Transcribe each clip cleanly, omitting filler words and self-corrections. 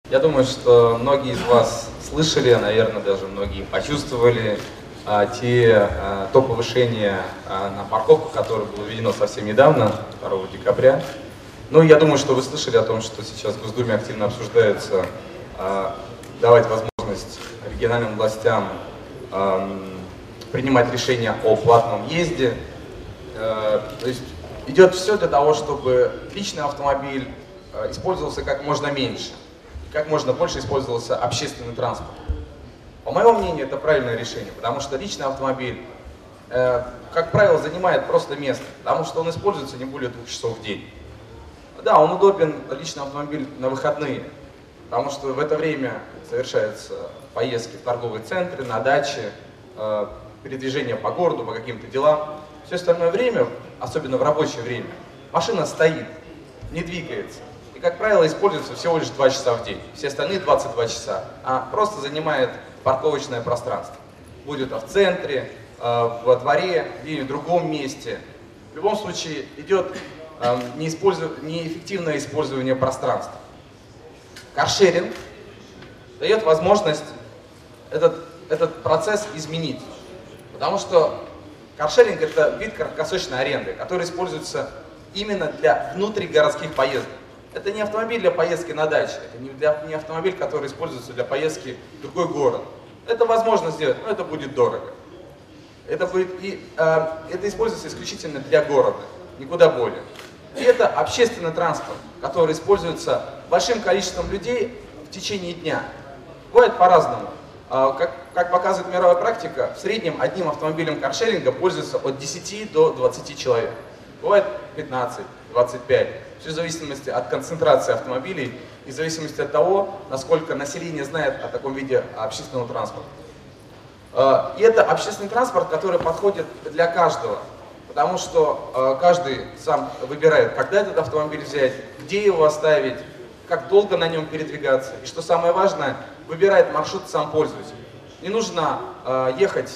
Я думаю, что многие из вас слышали, наверное, даже многие почувствовали то повышение на парковку, которое было введено совсем недавно, 2 декабря. Ну, я думаю, что вы слышали о том, что сейчас в Госдуме активно обсуждается давать возможность региональным властям принимать решения о платном въезде. То есть идет все для того, чтобы личный автомобиль использовался как можно меньше, как можно больше использовался общественный транспорт. По моему мнению, это правильное решение, потому что личный автомобиль, как правило, занимает просто место, потому что он используется не более 2 часов в день. Да, он удобен, личный автомобиль, на выходные, потому что в это время совершаются поездки в торговые центры, на даче, передвижение по городу, по каким-то делам. Все остальное время, особенно в рабочее время, машина стоит, не двигается. И, как правило, используется всего лишь 2 часа в день. Все остальные 22 часа, просто занимает парковочное пространство. Будет в центре, во дворе, или в другом месте. В любом случае идет неэффективное использование пространства. Каршеринг дает возможность этот процесс изменить. Потому что каршеринг — это вид краткосрочной аренды, который используется именно для внутригородских поездок. Это не автомобиль для поездки на даче, это не автомобиль, который используется для поездки в другой город. Это возможно сделать, но это будет дорого. Это используется исключительно для города, никуда более. И это общественный транспорт, который используется большим количеством людей в течение дня. Бывает по-разному. Как показывает мировая практика, в среднем одним автомобилем каршеринга пользуются от 10 до 20 человек. Бывает 15, 25. Все в зависимости от концентрации автомобилей и в зависимости от того, насколько население знает о таком виде общественного транспорта. И это общественный транспорт, который подходит для каждого. Потому что каждый сам выбирает, когда этот автомобиль взять, где его оставить, как долго на нем передвигаться. И что самое важное, выбирает маршрут сам пользователь. Не нужно ехать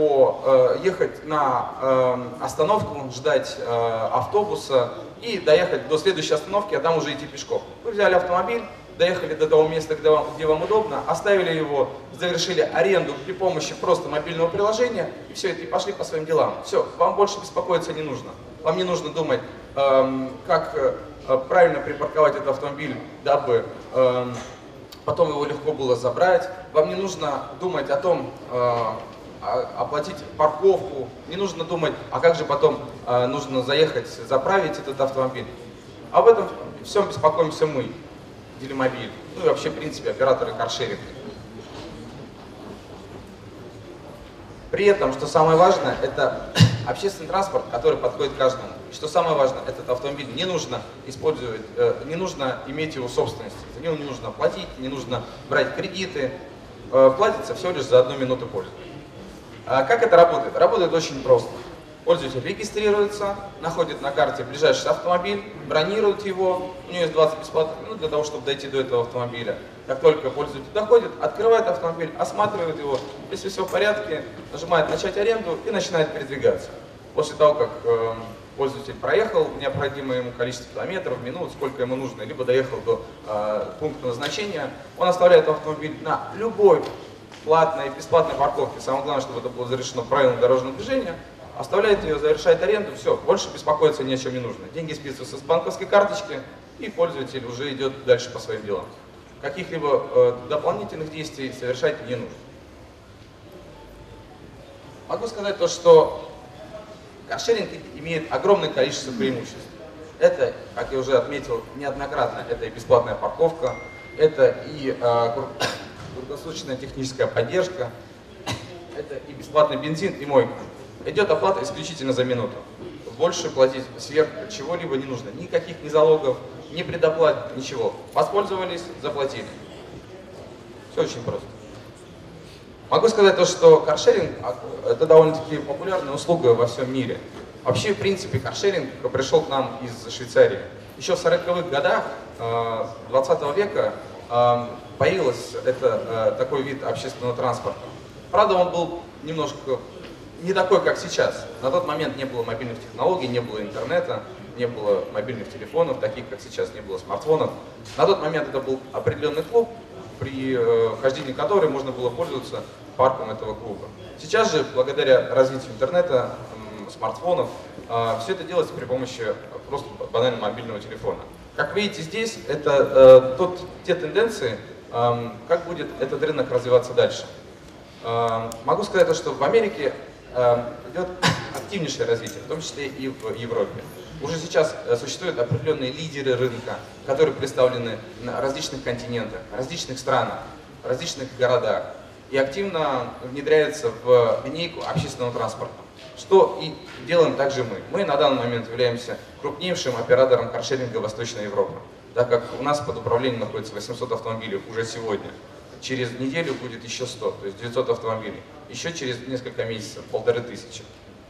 на остановку, ждать автобуса и доехать до следующей остановки, а там уже идти пешком. Вы взяли автомобиль, доехали до того места, где вам удобно, оставили его, завершили аренду при помощи просто мобильного приложения, и все, и пошли по своим делам. Все, вам больше беспокоиться не нужно. Вам не нужно думать, как правильно припарковать этот автомобиль, дабы потом его легко было забрать. Вам не нужно думать о том, оплатить парковку, не нужно думать, а как же потом нужно заехать, заправить этот автомобиль. Об этом всем беспокоимся мы, Делимобиль, ну и вообще, в принципе, операторы каршеринга. При этом, что самое важное, это общественный транспорт, который подходит каждому. И что самое важное, этот автомобиль не нужно использовать, не нужно иметь его собственности. За него не нужно платить, не нужно брать кредиты. Платится всего лишь за 1 минуту пользования. Как это работает? Работает очень просто. Пользователь регистрируется, находит на карте ближайший автомобиль, бронирует его, у него есть 20 бесплатных минут для того, чтобы дойти до этого автомобиля. Как только пользователь доходит, открывает автомобиль, осматривает его, если все в порядке, нажимает «Начать аренду» и начинает передвигаться. После того, как пользователь проехал необходимое ему количество километров, минут, сколько ему нужно, либо доехал до пункта назначения, он оставляет автомобиль на любой платной и бесплатной парковке. Самое главное, чтобы это было завершено правилом дорожного движения. Оставляет ее, завершает аренду, все, больше беспокоиться ни о чем не нужно. Деньги списываются с банковской карточки, и пользователь уже идет дальше по своим делам. Каких-либо дополнительных действий совершать не нужно. Могу сказать то, что каршеринг имеет огромное количество преимуществ. Это, как я уже отметил неоднократно, это и бесплатная парковка, это и круглосуточная техническая поддержка, это и бесплатный бензин и мойка. Идет оплата исключительно за минуту. Больше платить сверх чего-либо не нужно. Никаких ни залогов, ни предоплат, ничего. Воспользовались, заплатили. Все очень просто. Могу сказать то, что каршеринг – это довольно-таки популярная услуга во всем мире. Вообще, в принципе, каршеринг пришел к нам из Швейцарии. Еще в 40-х годах 20 века появился такой вид общественного транспорта. Правда, он был немножко не такой, как сейчас. На тот момент не было мобильных технологий, не было интернета, не было мобильных телефонов, таких, как сейчас, не было смартфонов. На тот момент это был определенный клуб, при хождении которой можно было пользоваться парком этого клуба. Сейчас же, благодаря развитию интернета, смартфонов, все это делается при помощи просто банально мобильного телефона. Как видите здесь, это те тенденции, как будет этот рынок развиваться дальше. Могу сказать, что в Америке идет активнейшее развитие, в том числе и в Европе. Уже сейчас существуют определенные лидеры рынка, которые представлены на различных континентах, различных странах, различных городах и активно внедряются в линейку общественного транспорта. Что и делаем также мы. Мы на данный момент являемся крупнейшим оператором каршеринга Восточной Европы, так как у нас под управлением находится 800 автомобилей уже сегодня. Через неделю будет еще 100, то есть 900 автомобилей. Еще через несколько месяцев 1500.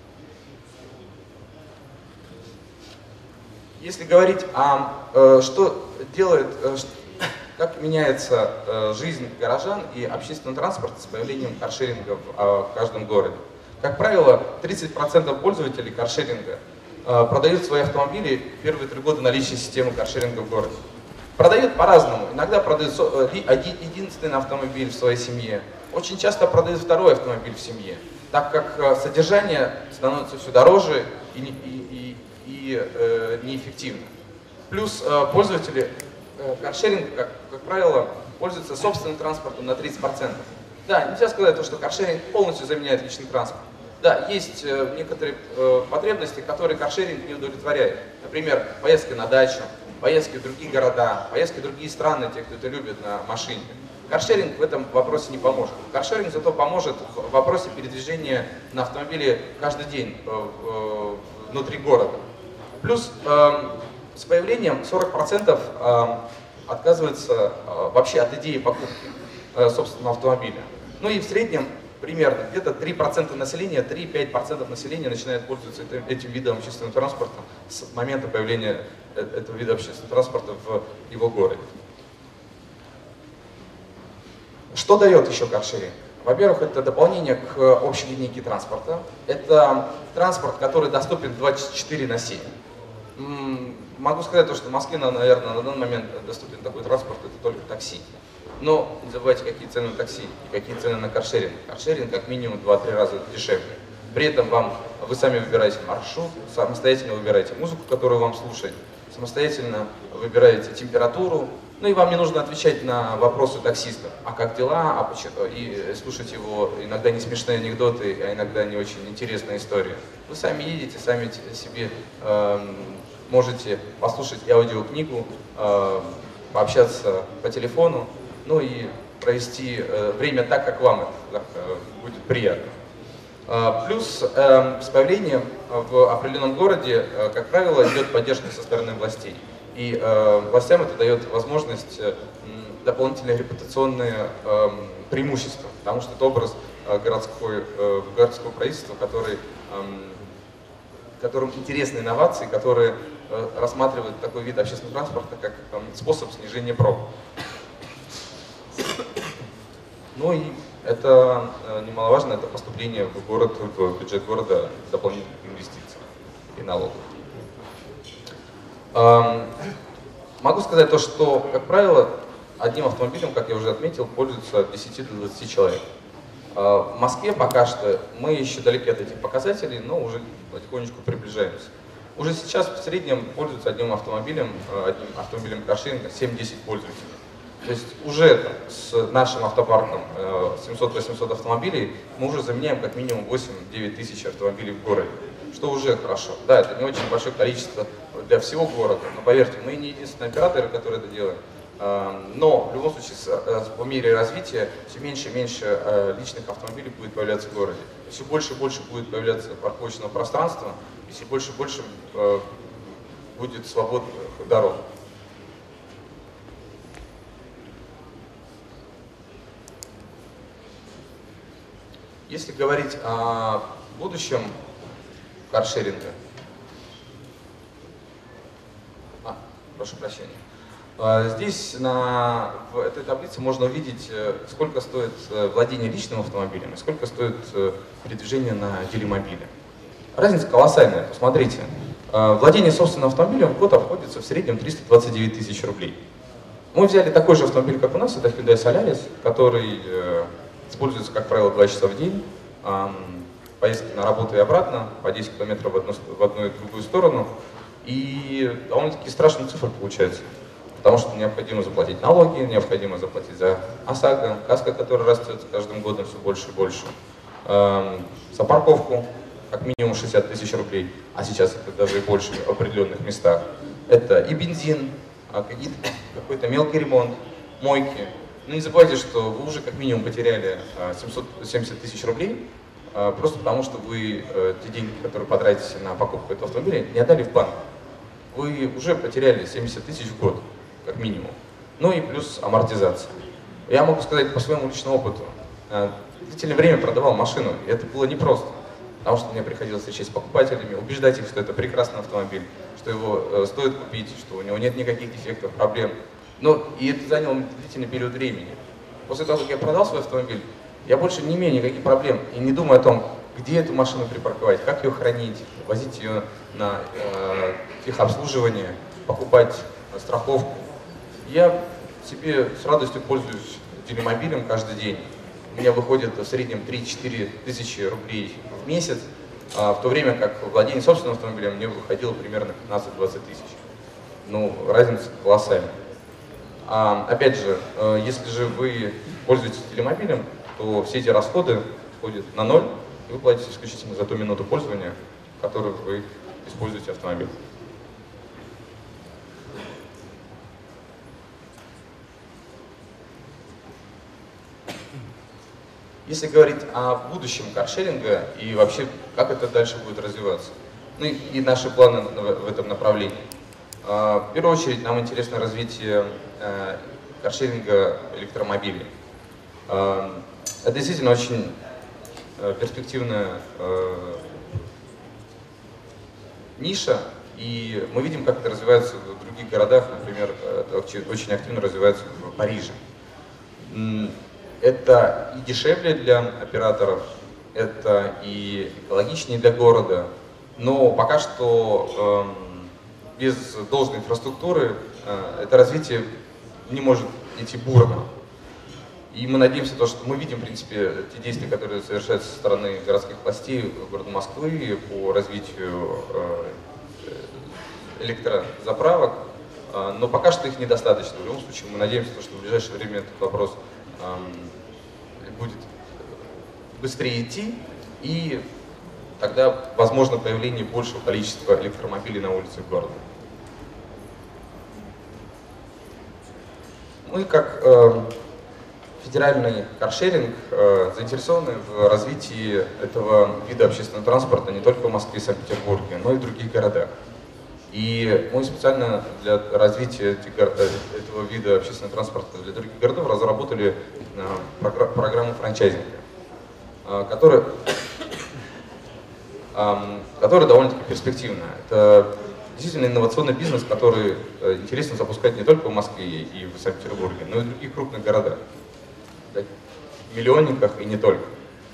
Если говорить о что делает, как меняется жизнь горожан и общественного транспорта с появлением каршеринга в каждом городе. Как правило, 30% пользователей каршеринга продают свои автомобили первые 3 года наличия системы каршеринга в городе. Продают по-разному. Иногда продают единственный автомобиль в своей семье. Очень часто продают второй автомобиль в семье, так как содержание становится все дороже и неэффективно. Плюс пользователи каршеринга, как правило, пользуются собственным транспортом на 30%. Да, нельзя сказать, что каршеринг полностью заменяет личный транспорт. Да, есть некоторые потребности, которые каршеринг не удовлетворяет. Например, поездки на дачу, поездки в другие города, поездки в другие страны, те, кто это любит на машине. Каршеринг в этом вопросе не поможет. Каршеринг зато поможет в вопросе передвижения на автомобиле каждый день внутри города. Плюс с появлением 40% отказывается вообще от идеи покупки собственного автомобиля. Ну и в среднем примерно где-то 3% населения, 3-5% населения начинает пользоваться этим видом общественного транспорта с момента появления этого вида общественного транспорта в его городе. Что дает еще каршеринг? Во-первых, это дополнение к общей линейке транспорта. Это транспорт, который доступен 24/7. Могу сказать, что в Москве, наверное, на данный момент доступен такой транспорт, это только такси. Но не забывайте, какие цены на такси и какие цены на каршеринг. Каршеринг как минимум 2-3 раза дешевле. При этом вы сами выбираете маршрут, самостоятельно выбираете музыку, которую вам слушать, самостоятельно выбираете температуру. Ну и вам не нужно отвечать на вопросы таксиста. А как дела? И слушать его иногда не смешные анекдоты, а иногда не очень интересная история. Вы сами едете, сами себе можете послушать аудиокнигу, пообщаться по телефону, ну и провести время так, как вам это будет приятно. Плюс с появлением в определенном городе, как правило, идет поддержка со стороны властей. И властям это дает возможность дополнительные репутационные преимущества, потому что это образ городского правительства, которым интересны инновации, которые рассматривают такой вид общественного транспорта как способ снижения пробок. Ну и это немаловажно, это поступление в бюджет города дополнительных инвестиций и налогов. Могу сказать то, что, как правило, одним автомобилем, как я уже отметил, пользуются от 10 до 20 человек. В Москве пока что мы еще далеки от этих показателей, но уже потихонечку приближаемся. Уже сейчас в среднем пользуются одним автомобилем каршеринга 7-10 пользователей. То есть уже с нашим автопарком 700-800 автомобилей мы уже заменяем как минимум 8-9 тысяч автомобилей в городе, что уже хорошо. Да, это не очень большое количество для всего города, но поверьте, мы не единственные операторы, которые это делают. Но в любом случае по мере развития все меньше и меньше личных автомобилей будет появляться в городе. Все больше и больше будет появляться парковочного пространства, и все больше и больше будет свободных дорог. Если говорить о будущем каршеринга, прошу прощения. Здесь в этой таблице можно увидеть, сколько стоит владение личным автомобилем и сколько стоит передвижение на делимобиле. Разница колоссальная, посмотрите. Владение собственным автомобилем в год обходится в среднем 329 тысяч рублей. Мы взяли такой же автомобиль, как у нас, это Hyundai Solaris, который используется, как правило, 2 часа в день, поездки на работу и обратно, по 10 километров в одну и другую сторону. И довольно-таки страшные цифры получаются. Потому что необходимо заплатить налоги, необходимо заплатить за ОСАГО, каска, которая растет с каждым годом все больше и больше, за парковку, как минимум 60 тысяч рублей, а сейчас это даже и больше в определенных местах. Это и бензин, какой-то мелкий ремонт, мойки. Но не забывайте, что вы уже как минимум потеряли 770 тысяч рублей, просто потому что вы те деньги, которые потратите на покупку этого автомобиля, не отдали в банк. Вы уже потеряли 70 тысяч в год, как минимум. Ну и плюс амортизация. Я могу сказать по своему личному опыту. Длительное время продавал машину, и это было непросто. Потому что мне приходилось встречаться с покупателями, убеждать их, что это прекрасный автомобиль, что его стоит купить, что у него нет никаких дефектов, проблем. Но и это заняло длительный период времени. После того, как я продал свой автомобиль, я больше не имею никаких проблем и не думаю о том, где эту машину припарковать, как ее хранить, возить ее на техобслуживание, покупать страховку. Я себе с радостью пользуюсь делимобилем каждый день. У меня выходит в среднем 3-4 тысячи рублей в месяц, в то время как владение собственным автомобилем мне выходило примерно 15-20 тысяч. Ну, разница колоссальная. Опять же, если же вы пользуетесь делимобилем, то все эти расходы входят на ноль, и вы платите исключительно за ту минуту пользования, в которую вы используете автомобиль. Если говорить о будущем каршеринга и вообще, как это дальше будет развиваться, ну и наши планы в этом направлении. В первую очередь нам интересно развитие каршеринга электромобилей. Это действительно очень перспективная ниша, и мы видим, как это развивается в других городах, например, это очень активно развивается в Париже. Это и дешевле для операторов, это и экологичнее для города, но пока что без должной инфраструктуры это развитие не может идти бурно. И мы надеемся, что мы видим, в принципе, те действия, которые совершаются со стороны городских властей города Москвы по развитию электрозаправок, но пока что их недостаточно. В любом случае, мы надеемся, что в ближайшее время этот вопрос будет быстрее идти, и тогда возможно появление большего количества электромобилей на улицах города. Мы, как федеральный каршеринг, заинтересованы в развитии этого вида общественного транспорта не только в Москве и Санкт-Петербурге, но и в других городах. И мы специально для развития этого вида общественного транспорта для других городов разработали программу франчайзинга, которая довольно-таки перспективная. Это действительно инновационный бизнес, который интересно запускать не только в Москве и в Санкт-Петербурге, но и в других крупных городах, миллионниках и не только.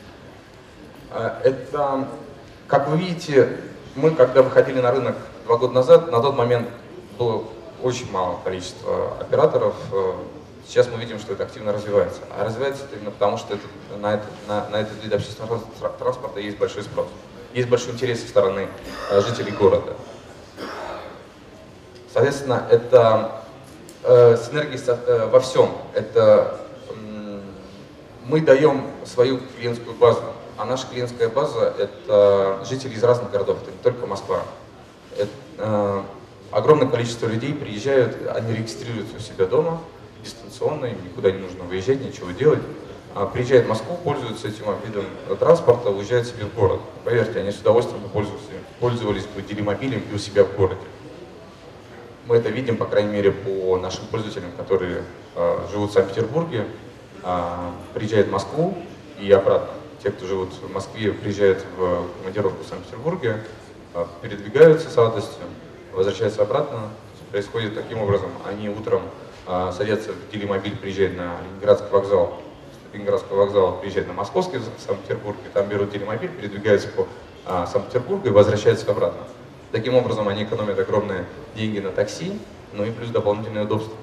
Это, как вы видите, мы, когда выходили на рынок 2 года назад, на тот момент было очень мало количества операторов. Сейчас мы видим, что это активно развивается. А развивается это именно потому, что на этот вид общественного транспорта есть большой спрос. Есть большой интерес со стороны жителей города. Соответственно, это синергия во всем. Это мы даем свою клиентскую базу, а наша клиентская база — это жители из разных городов, это не только Москва. Огромное количество людей приезжают, они регистрируются у себя дома, дистанционно, им никуда не нужно выезжать, ничего делать. Приезжают в Москву, пользуются этим видом транспорта, уезжают себе в город. Поверьте, они с удовольствием пользовались бы делимобилем и у себя в городе. Мы это видим, по крайней мере, по нашим пользователям, которые живут в Санкт-Петербурге, приезжают в Москву и обратно. Те, кто живут в Москве, приезжают в командировку в Санкт-Петербурге, передвигаются с радостью возвращаются обратно. Происходит таким образом: они утром садятся в телемобиль, приезжают на Ленинградский вокзал, с Ленинградского вокзала приезжают на Московский, в Санкт-Петербург, и там берут телемобиль, передвигаются по Санкт-Петербургу и возвращаются обратно. Таким образом они экономят огромные деньги на такси, ну и плюс дополнительное удобство.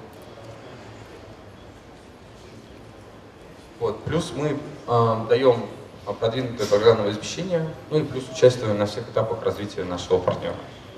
Вот. Плюс мы даем продвинутое программное обеспечение, ну и плюс участвуем на всех этапах развития нашего партнера.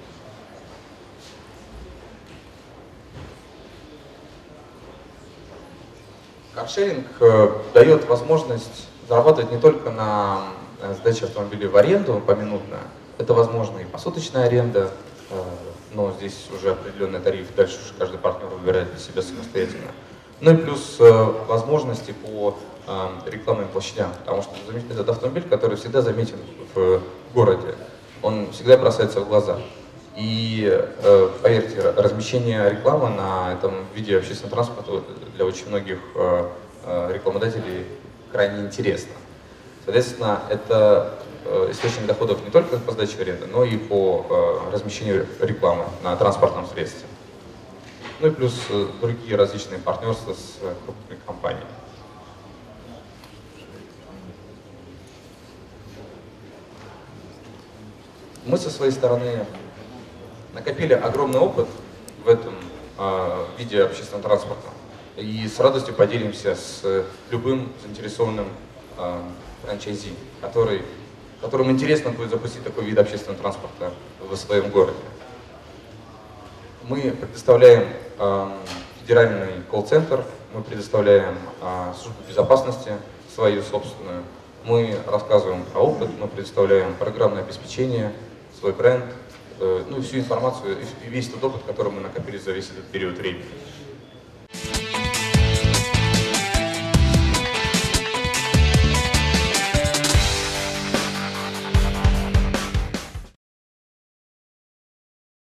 Каршеринг дает возможность зарабатывать не только на сдаче автомобилей в аренду поминутно, это возможно и посуточная аренда, но здесь уже определенный тариф, дальше уже каждый партнер выбирает для себя самостоятельно. Ну и плюс возможности по рекламным площадям, потому что этот автомобиль, который всегда заметен в городе, он всегда бросается в глаза. И поверьте, размещение рекламы на этом виде общественного транспорта для очень многих рекламодателей крайне интересно. Соответственно, это источник доходов не только по сдаче аренды, но и по размещению рекламы на транспортном средстве. Ну и плюс другие различные партнерства с крупными компаниями. Мы со своей стороны накопили огромный опыт в этом виде общественного транспорта и с радостью поделимся с любым заинтересованным франчайзи, которым интересно будет запустить такой вид общественного транспорта в своем городе. Мы предоставляем федеральный колл-центр, мы предоставляем службу безопасности свою собственную, мы рассказываем про опыт, мы предоставляем программное обеспечение, свой бренд, ну и всю информацию, и весь тот опыт, который мы накопили за весь этот период времени.